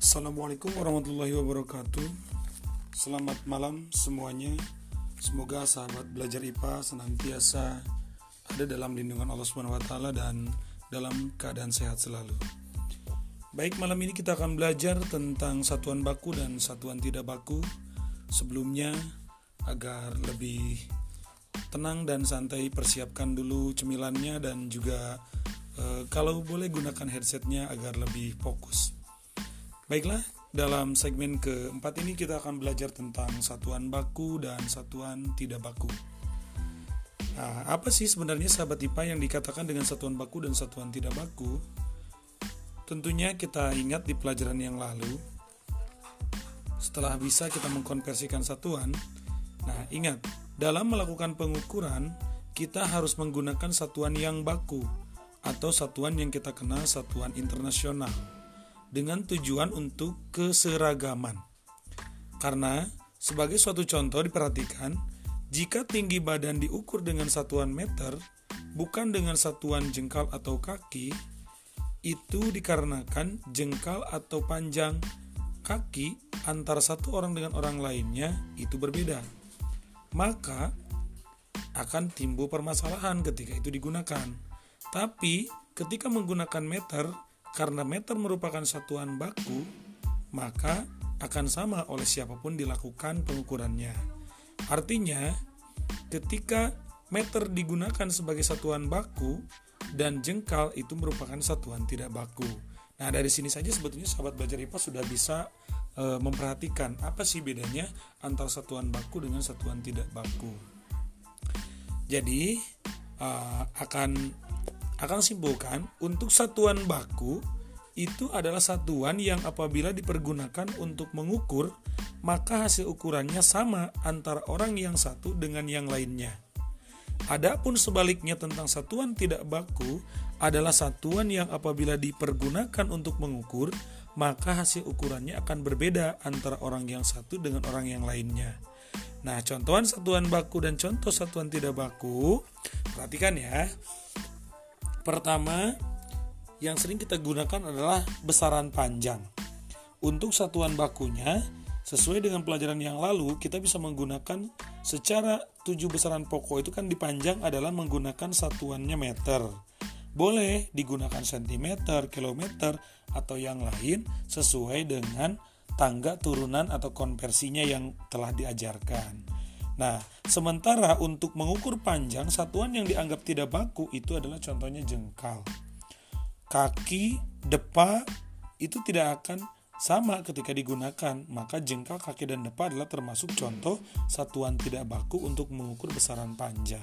Assalamualaikum warahmatullahi wabarakatuh. Selamat malam semuanya. Semoga sahabat belajar IPA senantiasa ada dalam lindungan Allah SWT dan dalam keadaan sehat selalu. Baik, malam ini kita akan belajar tentang satuan baku dan satuan tidak baku. Sebelumnya, agar lebih tenang dan santai, persiapkan dulu cemilannya dan juga kalau boleh gunakan headsetnya agar lebih fokus. Baiklah, dalam segmen keempat ini kita akan belajar tentang satuan baku dan satuan tidak baku. Nah, apa sih sebenarnya sahabat IPA yang dikatakan dengan satuan baku dan satuan tidak baku? Tentunya kita ingat di pelajaran yang lalu, setelah bisa kita mengkonversikan satuan. Nah, ingat, dalam melakukan pengukuran, kita harus menggunakan satuan yang baku atau satuan yang kita kenal satuan internasional, dengan tujuan untuk keseragaman. Karena sebagai suatu contoh diperhatikan, jika tinggi badan diukur dengan satuan meter, bukan dengan satuan jengkal atau kaki, itu dikarenakan jengkal atau panjang kaki antara satu orang dengan orang lainnya itu berbeda. Maka akan timbul permasalahan ketika itu digunakan. Tapi ketika menggunakan meter, karena meter merupakan satuan baku, maka akan sama oleh siapapun dilakukan pengukurannya. Artinya, ketika meter digunakan sebagai satuan baku dan jengkal itu merupakan satuan tidak baku. Nah, dari sini saja sebetulnya sahabat belajar IPA sudah bisa memperhatikan apa sih bedanya antara satuan baku dengan satuan tidak baku. Jadi, akan simpulkan untuk satuan baku itu adalah satuan yang apabila dipergunakan untuk mengukur, maka hasil ukurannya sama antara orang yang satu dengan yang lainnya. Adapun sebaliknya tentang satuan tidak baku adalah satuan yang apabila dipergunakan untuk mengukur, maka hasil ukurannya akan berbeda antara orang yang satu dengan orang yang lainnya. Nah, contohan satuan baku dan contoh satuan tidak baku, perhatikan ya. Pertama, yang sering kita gunakan adalah besaran panjang. Untuk satuan bakunya, sesuai dengan pelajaran yang lalu, kita bisa menggunakan secara 7 besaran pokok itu kan dipanjang adalah menggunakan satuannya meter. Boleh digunakan sentimeter, kilometer, atau yang lain sesuai dengan tangga turunan atau konversinya yang telah diajarkan. Nah, sementara untuk mengukur panjang, satuan yang dianggap tidak baku itu adalah contohnya jengkal. Kaki, depa itu tidak akan sama ketika digunakan, maka jengkal, kaki, dan depa adalah termasuk contoh satuan tidak baku untuk mengukur besaran panjang.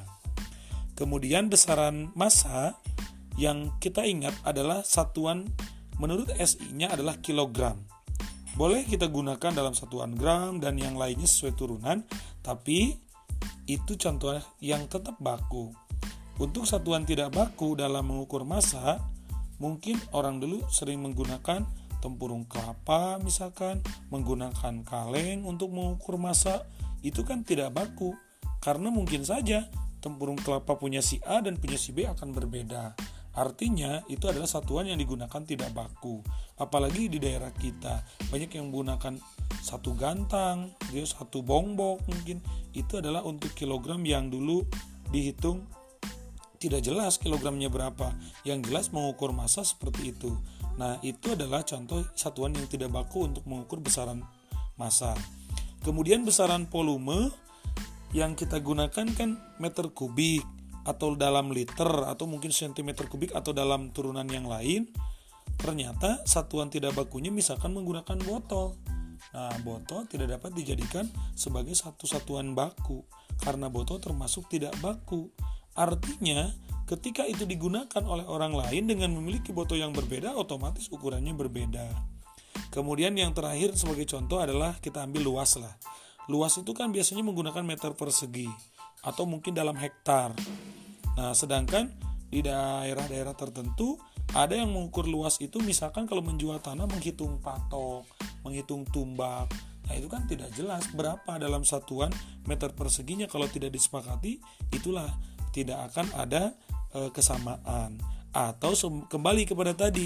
Kemudian besaran massa yang kita ingat adalah satuan menurut SI-nya adalah kilogram. Boleh kita gunakan dalam satuan gram dan yang lainnya sesuai turunan, tapi itu contoh yang tetap baku. Untuk satuan tidak baku dalam mengukur massa, mungkin orang dulu sering menggunakan tempurung kelapa misalkan, menggunakan kaleng untuk mengukur massa, itu kan tidak baku. Karena mungkin saja tempurung kelapa punya si A dan punya si B akan berbeda. Artinya itu adalah satuan yang digunakan tidak baku. Apalagi di daerah kita banyak yang menggunakan satu gantang, satu bongbong mungkin. Itu adalah untuk kilogram yang dulu dihitung tidak jelas kilogramnya berapa. Yang jelas mengukur massa seperti itu. Nah, itu adalah contoh satuan yang tidak baku untuk mengukur besaran massa. Kemudian besaran volume yang kita gunakan kan meter kubik atau dalam liter atau mungkin sentimeter kubik atau dalam turunan yang lain. Ternyata satuan tidak bakunya misalkan menggunakan botol. Nah, botol tidak dapat dijadikan sebagai satu satuan baku karena botol termasuk tidak baku. Artinya ketika itu digunakan oleh orang lain dengan memiliki botol yang berbeda, otomatis ukurannya berbeda. Kemudian yang terakhir sebagai contoh adalah kita ambil luas lah. Luas itu kan biasanya menggunakan meter persegi atau mungkin dalam hektar. Nah, sedangkan di daerah-daerah tertentu ada yang mengukur luas itu misalkan kalau menjual tanah menghitung patok, menghitung tumbak. Nah, itu kan tidak jelas berapa dalam satuan meter perseginya. Kalau tidak disepakati, itulah tidak akan ada kesamaan. Atau kembali kepada tadi,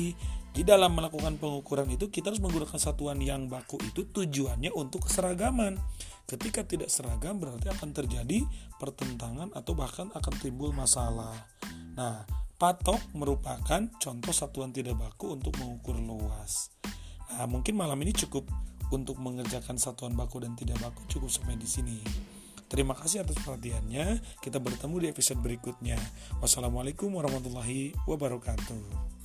Di dalam melakukan pengukuran itu kita harus menggunakan satuan yang baku itu tujuannya untuk keseragaman. Ketika tidak seragam berarti akan terjadi pertentangan atau bahkan akan timbul masalah. Nah, patok merupakan contoh satuan tidak baku untuk mengukur luas. Nah, mungkin malam ini cukup untuk mengerjakan satuan baku dan tidak baku, cukup sampai di sini. Terima kasih atas perhatiannya. Kita bertemu di episode berikutnya. Wassalamualaikum warahmatullahi wabarakatuh.